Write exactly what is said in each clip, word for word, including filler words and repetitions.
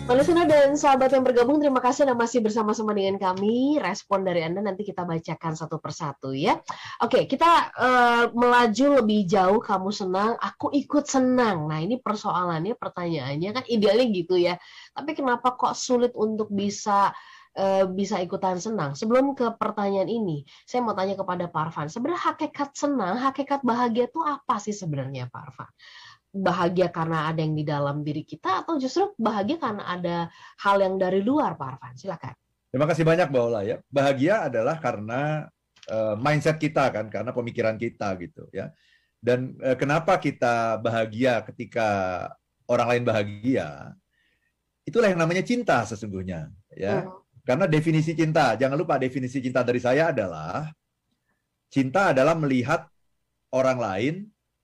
Listener dan sahabat yang bergabung, terima kasih Anda masih bersama-sama dengan kami. Respon dari Anda nanti kita bacakan satu persatu ya. Oke, kita uh, melaju lebih jauh. Kamu senang, aku ikut senang. Nah, ini persoalannya, pertanyaannya kan idealnya gitu ya. Tapi kenapa kok sulit untuk bisa uh, bisa ikutan senang? Sebelum ke pertanyaan ini, saya mau tanya kepada Pak Arfan. Sebenarnya hakikat senang, hakikat bahagia itu apa sih sebenarnya, Pak Arfan? Bahagia karena ada yang di dalam diri kita atau justru bahagia karena ada hal yang dari luar, Pak Arfan? Silakan. Terima kasih banyak, Mbak Ola ya. Bahagia adalah karena uh, mindset kita kan, karena pemikiran kita gitu ya. Dan uh, kenapa kita bahagia ketika orang lain bahagia? Itulah yang namanya cinta sesungguhnya ya. Hmm. Karena definisi cinta, jangan lupa definisi cinta dari saya adalah cinta adalah melihat orang lain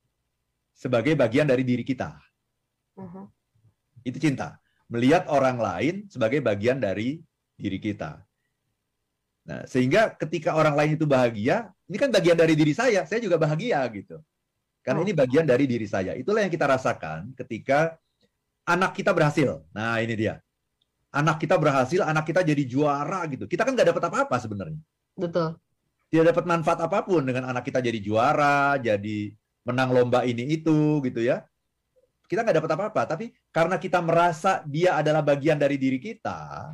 sebagai bagian dari diri kita. Uh-huh. Itu cinta. Melihat orang lain sebagai bagian dari diri kita. Nah, sehingga ketika orang lain itu bahagia, ini kan bagian dari diri saya, saya juga bahagia gitu. Karena uh-huh. ini bagian dari diri saya. Itulah yang kita rasakan ketika anak kita berhasil. Nah, ini dia. Anak kita berhasil, anak kita jadi juara gitu. Kita kan nggak dapat apa-apa sebenarnya. Betul. Tidak dapat manfaat apapun dengan anak kita jadi juara, jadi menang lomba ini itu gitu ya. Kita nggak dapat apa-apa, tapi karena kita merasa dia adalah bagian dari diri kita,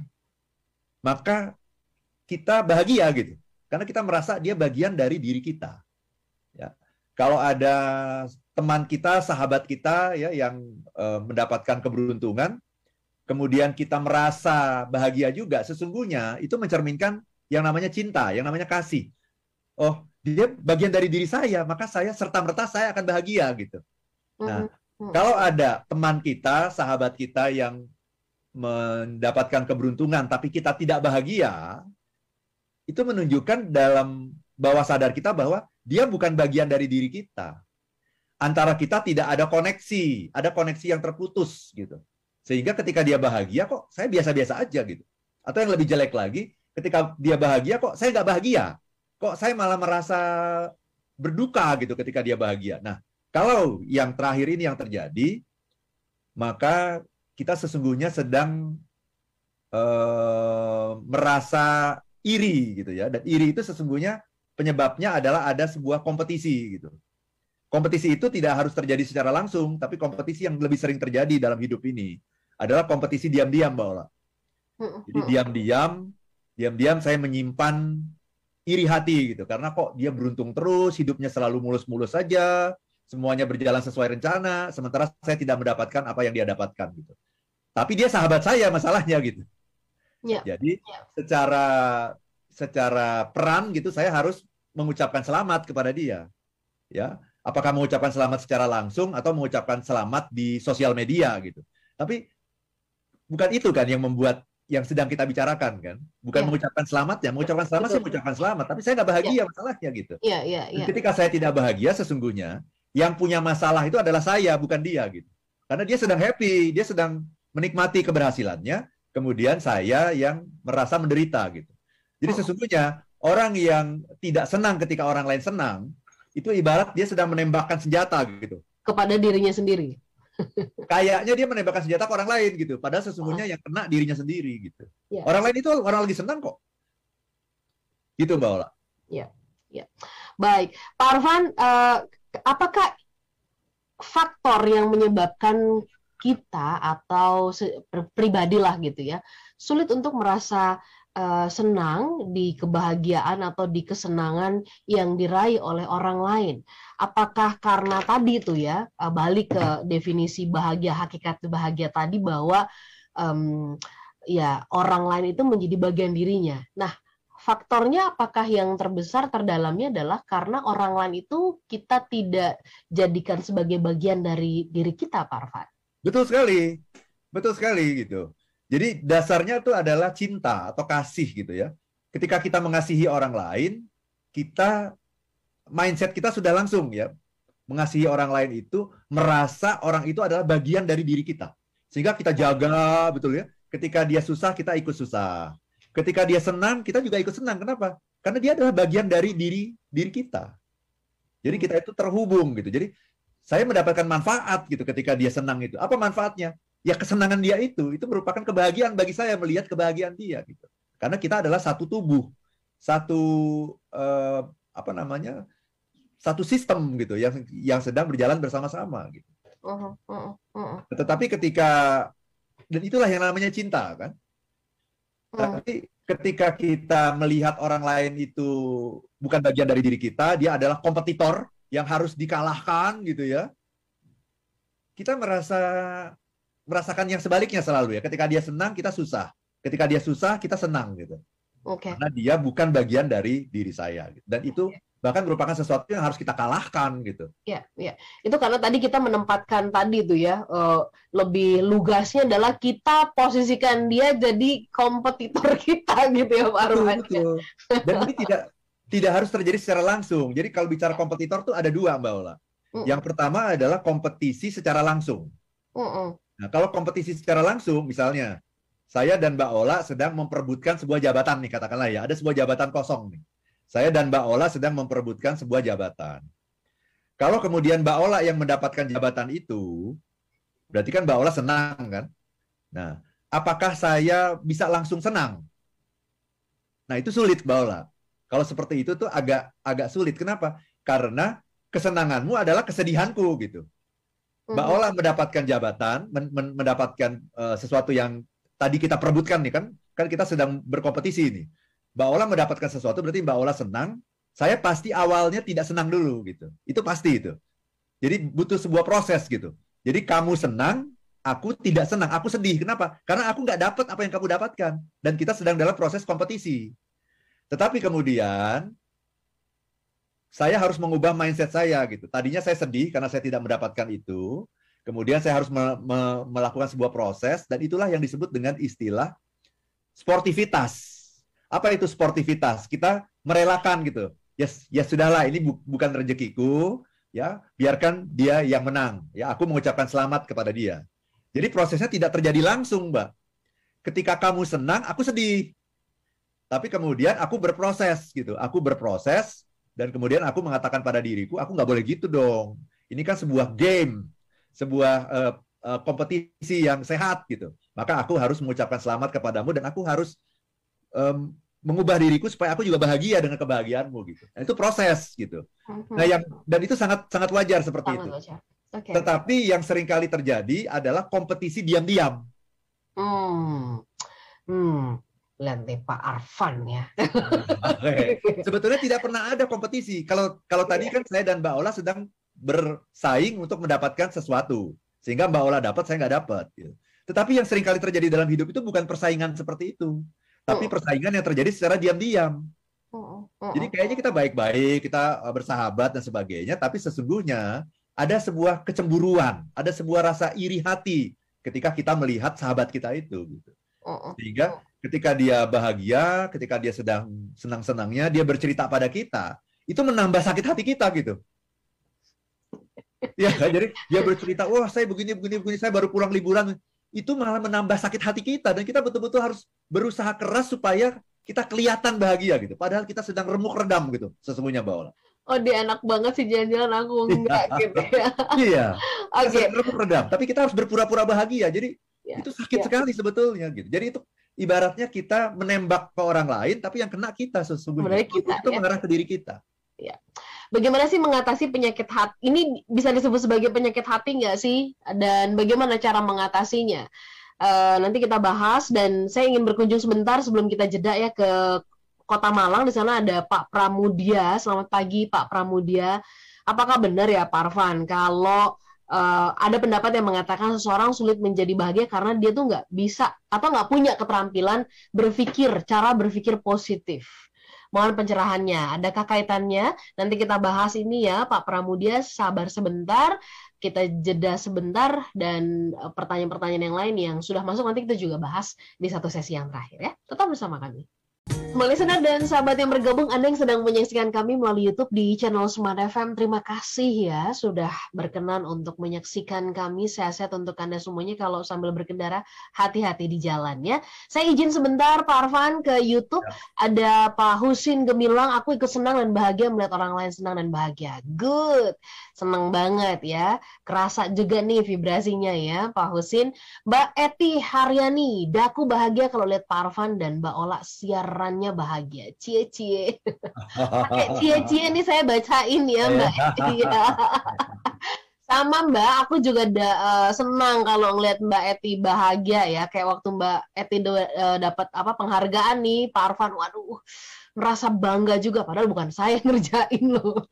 maka kita bahagia gitu. Karena kita merasa dia bagian dari diri kita. Ya. Kalau ada teman kita, sahabat kita ya yang uh, mendapatkan keberuntungan, kemudian kita merasa bahagia juga, sesungguhnya itu mencerminkan yang namanya cinta, yang namanya kasih. Oh, dia bagian dari diri saya, maka saya serta-merta saya akan bahagia gitu. Nah, mm-hmm. kalau ada teman kita, sahabat kita yang mendapatkan keberuntungan tapi kita tidak bahagia, itu menunjukkan dalam bawah sadar kita bahwa dia bukan bagian dari diri kita. Antara kita tidak ada koneksi, ada koneksi yang terputus gitu. Sehingga ketika dia bahagia kok saya biasa-biasa aja gitu. Atau yang lebih jelek lagi, ketika dia bahagia kok saya nggak bahagia. Kok saya malah merasa berduka gitu ketika dia bahagia. Nah, kalau yang terakhir ini yang terjadi, maka kita sesungguhnya sedang uh, merasa iri gitu ya. Dan iri itu sesungguhnya penyebabnya adalah ada sebuah kompetisi gitu. Kompetisi itu tidak harus terjadi secara langsung, tapi kompetisi yang lebih sering terjadi dalam hidup ini adalah kompetisi diam-diam, Mbak Ola. Jadi diam-diam, diam-diam saya menyimpan iri hati gitu, karena kok dia beruntung terus, hidupnya selalu mulus-mulus saja, semuanya berjalan sesuai rencana, sementara saya tidak mendapatkan apa yang dia dapatkan gitu. Tapi dia sahabat saya masalahnya gitu. Ya. Jadi ya. secara secara peran gitu saya harus mengucapkan selamat kepada dia. Ya, apakah mengucapkan selamat secara langsung atau mengucapkan selamat di sosial media gitu. Tapi bukan itu kan yang membuat yang sedang kita bicarakan kan, bukan ya. mengucapkan selamat ya, mengucapkan selamat saya mengucapkan selamat, tapi saya nggak bahagia ya. masalahnya gitu. Ya, ya, ya. Ketika saya tidak bahagia, sesungguhnya yang punya masalah itu adalah saya, bukan dia gitu. Karena dia sedang happy, dia sedang menikmati keberhasilannya, kemudian saya yang merasa menderita gitu. Jadi oh. sesungguhnya orang yang tidak senang ketika orang lain senang, itu ibarat dia sedang menembakkan senjata gitu. Kepada dirinya sendiri. Kayaknya dia menembakkan senjata ke orang lain gitu, padahal sesungguhnya oh. yang kena dirinya sendiri gitu. Ya. Orang lain itu orang lagi senang kok. Gitu Mbak Ola. Ya, ya. Baik, Pak Arfan, uh, apakah faktor yang menyebabkan kita atau pribadilah gitu ya sulit untuk merasa uh, senang di kebahagiaan atau di kesenangan yang diraih oleh orang lain? Apakah karena tadi tuh ya uh, balik ke definisi bahagia, hakikat bahagia tadi bahwa um, ya orang lain itu menjadi bagian dirinya. Nah, faktornya apakah yang terbesar terdalamnya adalah karena orang lain itu kita tidak jadikan sebagai bagian dari diri kita, Pak Arfan? Betul sekali, betul sekali gitu. Jadi dasarnya itu adalah cinta atau kasih gitu ya. Ketika kita mengasihi orang lain, kita mindset kita sudah langsung ya mengasihi orang lain itu merasa orang itu adalah bagian dari diri kita. Sehingga kita jaga betul ya. Ketika dia susah kita ikut susah. Ketika dia senang kita juga ikut senang. Kenapa? Karena dia adalah bagian dari diri diri kita. Jadi kita itu terhubung gitu. Jadi saya mendapatkan manfaat gitu ketika dia senang itu. Apa manfaatnya? ya kesenangan dia itu, itu merupakan kebahagiaan bagi saya melihat kebahagiaan dia gitu. Karena kita adalah satu tubuh, satu eh, apa namanya, satu sistem gitu yang yang sedang berjalan bersama-sama gitu. Uh, uh, uh, uh. Tetapi ketika, dan itulah yang namanya cinta kan. Uh. Tapi ketika kita melihat orang lain itu bukan bagian dari diri kita, dia adalah kompetitor yang harus dikalahkan gitu ya. Kita merasa merasakan yang sebaliknya selalu ya. Ketika dia senang, kita susah. Ketika dia susah, kita senang gitu. Oke. Karena dia bukan bagian dari diri saya. Dan itu bahkan merupakan sesuatu yang harus kita kalahkan gitu. Ya, ya. Itu karena tadi kita menempatkan tadi tuh ya, uh, lebih lugasnya adalah kita posisikan dia jadi kompetitor kita gitu ya Pak Arfan. Betul, betul. Dan ini tidak tidak harus terjadi secara langsung. Jadi kalau bicara kompetitor tuh ada dua Mbak Ola. Uh-uh. Yang pertama adalah kompetisi secara langsung. Uh-uh. Nah, kalau kompetisi secara langsung, misalnya saya dan Mbak Ola sedang memperebutkan sebuah jabatan nih, katakanlah ya, ada sebuah jabatan kosong nih. Saya dan Mbak Ola sedang memperebutkan sebuah jabatan. Kalau kemudian Mbak Ola yang mendapatkan jabatan itu, berarti kan Mbak Ola senang kan? Nah, apakah saya bisa langsung senang? Nah, itu sulit Mbak Ola. Kalau seperti itu tuh agak agak sulit. Kenapa? Karena kesenanganmu adalah kesedihanku gitu. Mbak Ola mendapatkan jabatan, men men mendapatkan uh, sesuatu yang tadi kita perebutkan nih kan? Kan kita sedang berkompetisi nih. Mbak Ola mendapatkan sesuatu, berarti Mbak Ola senang. Saya pasti awalnya tidak senang dulu gitu. Itu pasti itu. Jadi butuh sebuah proses gitu. Jadi kamu senang, aku tidak senang, aku sedih. Kenapa? Karena aku nggak dapat apa yang kamu dapatkan. Dan kita sedang dalam proses kompetisi. Tetapi kemudian saya harus mengubah mindset saya gitu. Tadinya saya sedih karena saya tidak mendapatkan itu. Kemudian saya harus me me melakukan sebuah proses. Dan itulah yang disebut dengan istilah sportivitas. Apa itu sportivitas? Kita merelakan gitu. Ya, ya sudahlah, ini bu bukan rezekiku, ya biarkan dia yang menang. Ya, aku mengucapkan selamat kepada dia. Jadi prosesnya tidak terjadi langsung, Mbak. Ketika kamu senang, aku sedih. Tapi kemudian aku berproses gitu. Aku berproses dan kemudian aku mengatakan pada diriku, aku nggak boleh gitu dong. Ini kan sebuah game, sebuah uh, uh, kompetisi yang sehat gitu. Maka aku harus mengucapkan selamat kepadamu dan aku harus Um, mengubah diriku supaya aku juga bahagia dengan kebahagiaanmu gitu. Nah, itu proses gitu. Uh-huh. Nah, yang dan itu sangat sangat wajar seperti sangat itu. Wajar. Okay. Tetapi yang seringkali terjadi adalah kompetisi diam-diam. Hmm, hmm, lihat nih Pak Arfan ya. Okay. Sebetulnya tidak pernah ada kompetisi. Kalau kalau tadi kan saya dan Mbak Ola sedang bersaing untuk mendapatkan sesuatu, sehingga Mbak Ola dapat, saya nggak dapat. Gitu. Tetapi yang seringkali terjadi dalam hidup itu bukan persaingan seperti itu. Tapi persaingan yang terjadi secara diam-diam. Jadi kayaknya kita baik-baik, kita bersahabat dan sebagainya, tapi sesungguhnya ada sebuah kecemburuan, ada sebuah rasa iri hati ketika kita melihat sahabat kita itu. Gitu. Sehingga ketika dia bahagia, ketika dia sedang senang-senangnya, dia bercerita pada kita, itu menambah sakit hati kita gitu. Ya, jadi dia bercerita, wah saya begini, begini, begini, saya baru pulang liburan. Itu malah menambah sakit hati kita dan kita betul-betul harus berusaha keras supaya kita kelihatan bahagia gitu. Padahal kita sedang remuk redam gitu sesungguhnya Mbak Ola. Oh dia enak banget sih jalan-jalan aku enggak gitu ya. Iya. Oke. Okay. Remuk redam, tapi kita harus berpura-pura bahagia. Jadi ya, itu sakit ya. sekali sebetulnya gitu. Jadi itu ibaratnya kita menembak ke orang lain tapi yang kena kita sesungguhnya. Kita, itu ya. mengarah ke diri kita. Ya. Bagaimana sih mengatasi penyakit hati? Ini bisa disebut sebagai penyakit hati nggak sih? Dan bagaimana cara mengatasinya? Uh, nanti kita bahas dan saya ingin berkunjung sebentar sebelum kita jeda ya ke Kota Malang. Di sana ada Pak Pramudia. Selamat pagi Pak Pramudia. Apakah benar ya Pak Arfan kalau uh, ada pendapat yang mengatakan seseorang sulit menjadi bahagia karena dia tuh nggak bisa atau nggak punya keterampilan berpikir, cara berpikir positif? Mohon pencerahannya. Adakah kaitannya? Nanti kita bahas ini ya, Pak Pramudia. Sabar sebentar, kita jeda sebentar, dan pertanyaan-pertanyaan yang lain yang sudah masuk nanti kita juga bahas di satu sesi yang terakhir ya. Tetap bersama kami. Semua listener dan sahabat yang bergabung, Anda yang sedang menyaksikan kami melalui YouTube di channel Smart F M, terima kasih ya sudah berkenan untuk menyaksikan kami. Sehat-sehat untuk Anda semuanya. Kalau sambil berkendara, hati-hati di jalan ya. Saya izin sebentar Pak Arfan ke YouTube. Ya. Ada Pak Husin Gemilang, aku ikut senang dan bahagia melihat orang lain senang dan bahagia. Good, senang banget ya. Kerasa juga nih vibrasinya ya Pak Husin. Mbak Eti Haryani, daku bahagia kalau lihat Pak Arfan dan Mbak Ola siarannya bahagia. Cie-cie. Pakai cie-cie nih saya bacain ya Mbak Eti ya. Sama Mbak, aku juga da, uh, senang kalau ngeliat Mbak Eti bahagia ya. Kayak waktu Mbak Eti uh, dapat apa penghargaan nih Pak Arfan. Waduh, ngerasa bangga juga. Padahal bukan saya yang ngerjain loh.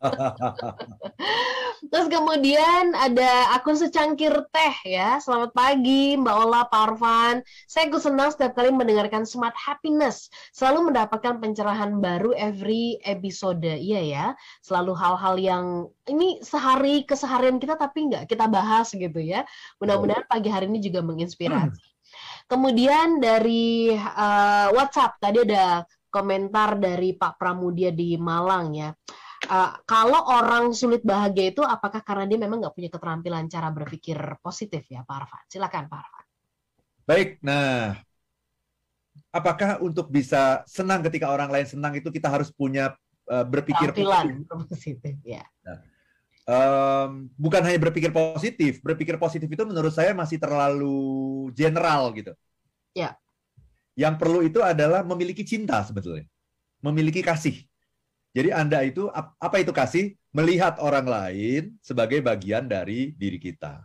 Terus kemudian ada akun secangkir teh ya. Selamat pagi Mbak Ola, Pak Arfan. Saya ikut senang setiap kali mendengarkan Smart Happiness. Selalu mendapatkan pencerahan baru every episode. Iya ya. Selalu hal-hal yang ini sehari keseharian kita tapi nggak kita bahas gitu ya. Mudah-mudahan pagi hari ini juga menginspirasi. Kemudian dari uh, WhatsApp tadi ada komentar dari Pak Pramudia di Malang ya. Uh, kalau orang sulit bahagia itu apakah karena dia memang nggak punya keterampilan cara berpikir positif ya Pak Arfan? Silakan Pak Arfan. Baik, nah apakah untuk bisa senang ketika orang lain senang itu kita harus punya uh, berpikir keterampilan positif ya. Nah, um, bukan hanya berpikir positif, berpikir positif itu menurut saya masih terlalu general gitu. Ya. Yang perlu itu adalah memiliki cinta sebetulnya, memiliki kasih. Jadi Anda itu, apa itu kasih? Melihat orang lain sebagai bagian dari diri kita.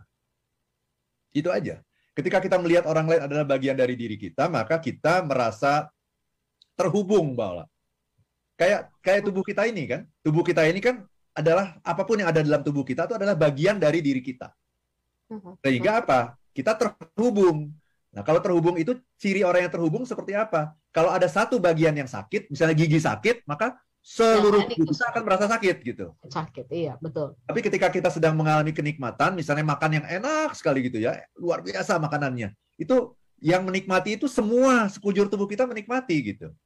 Itu aja. Ketika kita melihat orang lain adalah bagian dari diri kita, maka kita merasa terhubung, Mbak Ola. Kayak kayak tubuh kita ini kan. Tubuh kita ini kan adalah, apapun yang ada dalam tubuh kita itu adalah bagian dari diri kita. Sehingga apa? Kita terhubung. Nah, kalau terhubung itu, ciri orang yang terhubung seperti apa? Kalau ada satu bagian yang sakit, misalnya gigi sakit, maka seluruh tubuh kita akan merasa sakit gitu. Sakit, iya betul. Tapi ketika kita sedang mengalami kenikmatan, misalnya makan yang enak sekali gitu ya, luar biasa makanannya, itu yang menikmati itu semua sekujur tubuh kita menikmati gitu.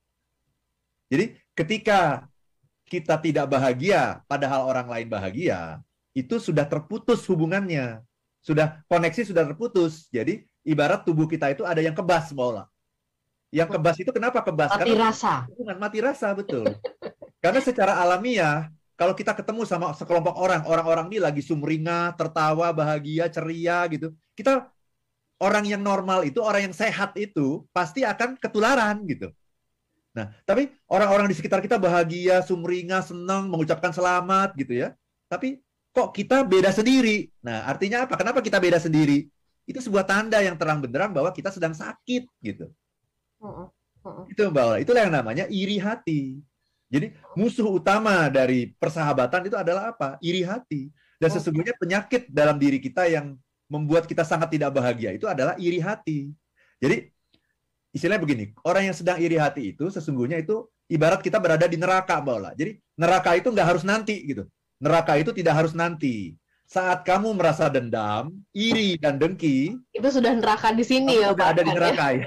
Jadi ketika kita tidak bahagia, padahal orang lain bahagia, itu sudah terputus hubungannya, sudah koneksi sudah terputus. Jadi ibarat tubuh kita itu ada yang kebas, Mbak Ola. Yang kebas itu kenapa kebas? Mati Karena rasa. Mati rasa, betul. Karena secara alamiah, kalau kita ketemu sama sekelompok orang, orang-orang ini lagi sumringah, tertawa, bahagia, ceria gitu. Kita, orang yang normal itu, orang yang sehat itu, pasti akan ketularan gitu. Nah, tapi orang-orang di sekitar kita bahagia, sumringah, senang, mengucapkan selamat gitu ya. Tapi kok kita beda sendiri? Nah, artinya apa? Kenapa kita beda sendiri? Itu sebuah tanda yang terang benderang bahwa kita sedang sakit gitu. Uh-uh. Uh-uh. Itu Mbak Ola, itulah yang namanya iri hati. Jadi musuh utama dari persahabatan itu adalah apa? Iri hati. Dan sesungguhnya penyakit dalam diri kita yang membuat kita sangat tidak bahagia itu adalah iri hati. Jadi istilahnya begini, orang yang sedang iri hati itu sesungguhnya itu ibarat kita berada di neraka, Mbak Ola. Jadi neraka itu nggak harus nanti gitu. Neraka itu tidak harus nanti. Saat kamu merasa dendam, iri dan dengki, itu sudah neraka di sini ya, Pak. Ada di neraka ya.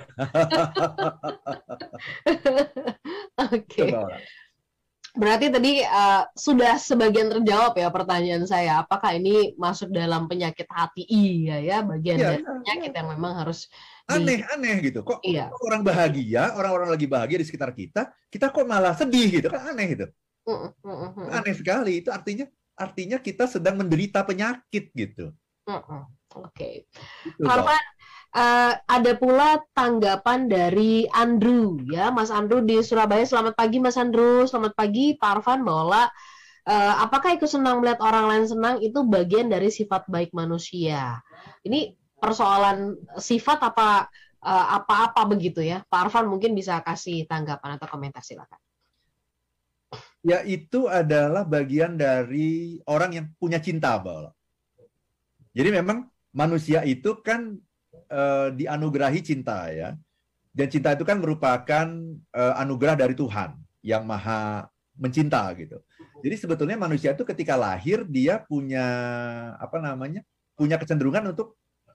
Oke. Berarti tadi uh, sudah sebagian terjawab ya pertanyaan saya. Apakah ini masuk dalam penyakit hati? Iya ya, bagian ya, dari ya, penyakit ya. yang memang harus aneh-aneh di... gitu. Kok iya. orang bahagia, orang-orang lagi bahagia di sekitar kita, kita kok malah sedih gitu kan, aneh gitu. Uh, uh, uh, uh. Aneh sekali. Itu artinya artinya kita sedang menderita penyakit gitu. Uh, uh. Oke. Okay. Gitu, Arfan, uh, ada pula tanggapan dari Andrew ya, Mas Andrew di Surabaya. Selamat pagi Mas Andrew, selamat pagi Pak Arfan, Mbak Ola. Uh, apakah ikut senang melihat orang lain senang itu bagian dari sifat baik manusia? Ini persoalan sifat apa uh, apa-apa begitu ya? Pak Arfan mungkin bisa kasih tanggapan atau komentar, silakan. Ya, itu adalah bagian dari orang yang punya cinta, Mbak Ola. Jadi memang manusia itu kan uh, dianugerahi cinta ya. Dan cinta itu kan merupakan uh, anugerah dari Tuhan yang maha mencinta gitu. Jadi sebetulnya manusia itu ketika lahir dia punya apa namanya? punya kecenderungan untuk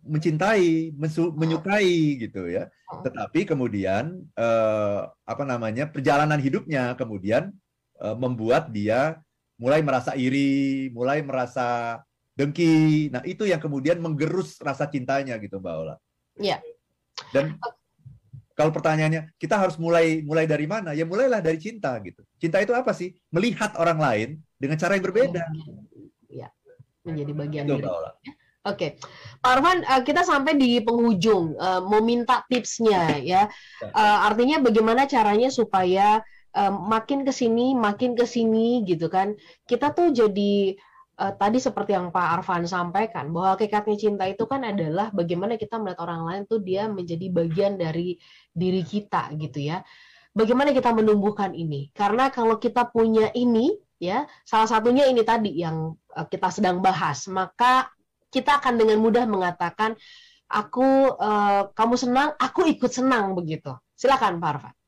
mencintai, mensu, menyukai gitu ya. Tetapi kemudian eh, apa namanya perjalanan hidupnya kemudian eh, membuat dia mulai merasa iri, mulai merasa dengki. Nah itu yang kemudian menggerus rasa cintanya gitu Mbak Ola. Iya. Dan kalau pertanyaannya kita harus mulai mulai dari mana? Ya mulailah dari cinta gitu. Cinta itu apa sih? Melihat orang lain dengan cara yang berbeda. Iya. Menjadi bagian Itu, dari. Mbak Ola. Oke, Pak Arfan, uh, kita sampai di penghujung, uh, mau minta tipsnya ya. Uh, artinya bagaimana caranya supaya uh, makin ke sini, makin ke sini gitu kan. Kita tuh jadi uh, tadi seperti yang Pak Arfan sampaikan bahwa hakikatnya cinta itu kan adalah bagaimana kita melihat orang lain tuh dia menjadi bagian dari diri kita gitu ya. Bagaimana kita menumbuhkan ini? Karena kalau kita punya ini ya, salah satunya ini tadi yang uh, kita sedang bahas, maka kita akan dengan mudah mengatakan, aku, uh, kamu senang, aku ikut senang begitu. Silakan Pak Arfan.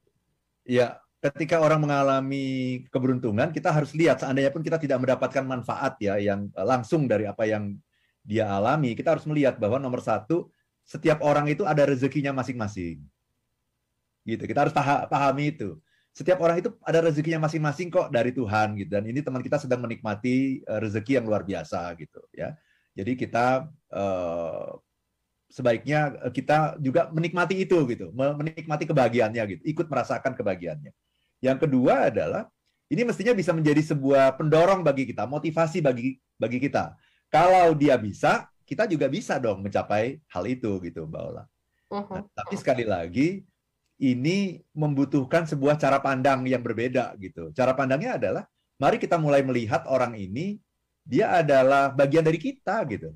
Ya, ketika orang mengalami keberuntungan, kita harus lihat, seandainya pun kita tidak mendapatkan manfaat ya yang langsung dari apa yang dia alami, kita harus melihat bahwa nomor satu, setiap orang itu ada rezekinya masing-masing. Gitu, kita harus pahami itu. Setiap orang itu ada rezekinya masing-masing kok dari Tuhan gitu. Dan ini teman kita sedang menikmati rezeki yang luar biasa gitu ya. Jadi kita eh, sebaiknya kita juga menikmati itu gitu, menikmati kebahagiaannya gitu, ikut merasakan kebahagiaannya. Yang kedua adalah ini mestinya bisa menjadi sebuah pendorong bagi kita, motivasi bagi bagi kita. Kalau dia bisa, kita juga bisa dong mencapai hal itu gitu, Mbak Ola. Nah, tapi sekali lagi ini membutuhkan sebuah cara pandang yang berbeda gitu. Cara pandangnya adalah mari kita mulai melihat orang ini dia adalah bagian dari kita gitu.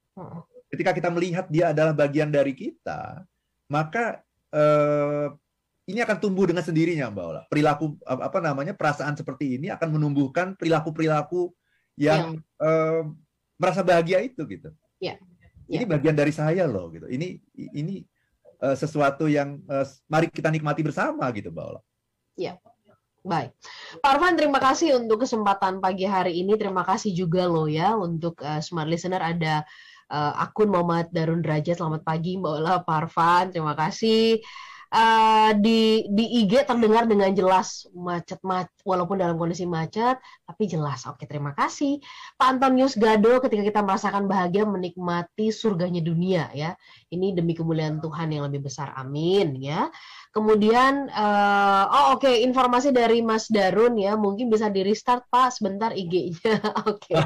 Ketika kita melihat dia adalah bagian dari kita, maka eh, ini akan tumbuh dengan sendirinya, Mbak Ola. Perilaku apa namanya perasaan seperti ini akan menumbuhkan perilaku-perilaku yang ya. eh, merasa bahagia itu gitu. Ya. Ya. Ini bagian dari saya loh gitu. Ini ini eh, sesuatu yang eh, mari kita nikmati bersama gitu, Mbak Ola. Ya. Baik, Pak Arfan, terima kasih untuk kesempatan pagi hari ini. Terima kasih juga loh ya untuk uh, smart listener ada uh, akun Muhammad Darun Derajat. Selamat pagi Mbak Ola, Pak Arfan. Terima kasih. Uh, di di I G terdengar dengan jelas macet macet walaupun dalam kondisi macet tapi jelas. Oke, terima kasih Pak Antonius Gado. Ketika kita merasakan bahagia menikmati surganya dunia ya, ini demi kemuliaan Tuhan yang lebih besar, amin ya. Kemudian uh, oh oke okay. Informasi dari Mas Darun ya, mungkin bisa di restart Pak sebentar I G-nya. Oke,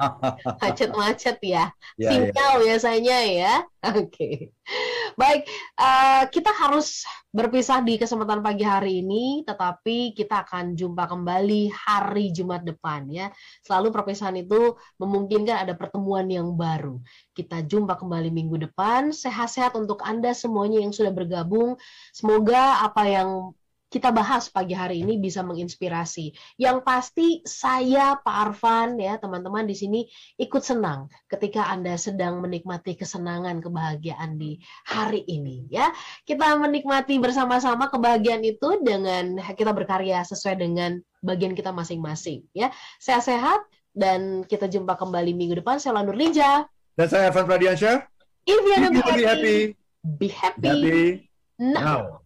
macet-macet ya, ya sinyal ya. Biasanya ya. Oke, okay. Baik, uh, kita harus berpisah di kesempatan pagi hari ini, tetapi kita akan jumpa kembali hari Jumat depan ya. Selalu perpisahan itu memungkinkan ada pertemuan yang baru. Kita jumpa kembali minggu depan. Sehat-sehat untuk Anda semuanya yang sudah bergabung. Semoga apa yang kita bahas pagi hari ini bisa menginspirasi. Yang pasti saya Pak Arfan ya, teman-teman di sini ikut senang ketika Anda sedang menikmati kesenangan, kebahagiaan di hari ini ya. Kita menikmati bersama-sama kebahagiaan itu dengan kita berkarya sesuai dengan bagian kita masing-masing ya. Sehat-sehat dan kita jumpa kembali minggu depan. Saya Lanur Lija. Dan saya Arfan Pradiansyah. If you wanna be happy, happy, be happy, happy now. now.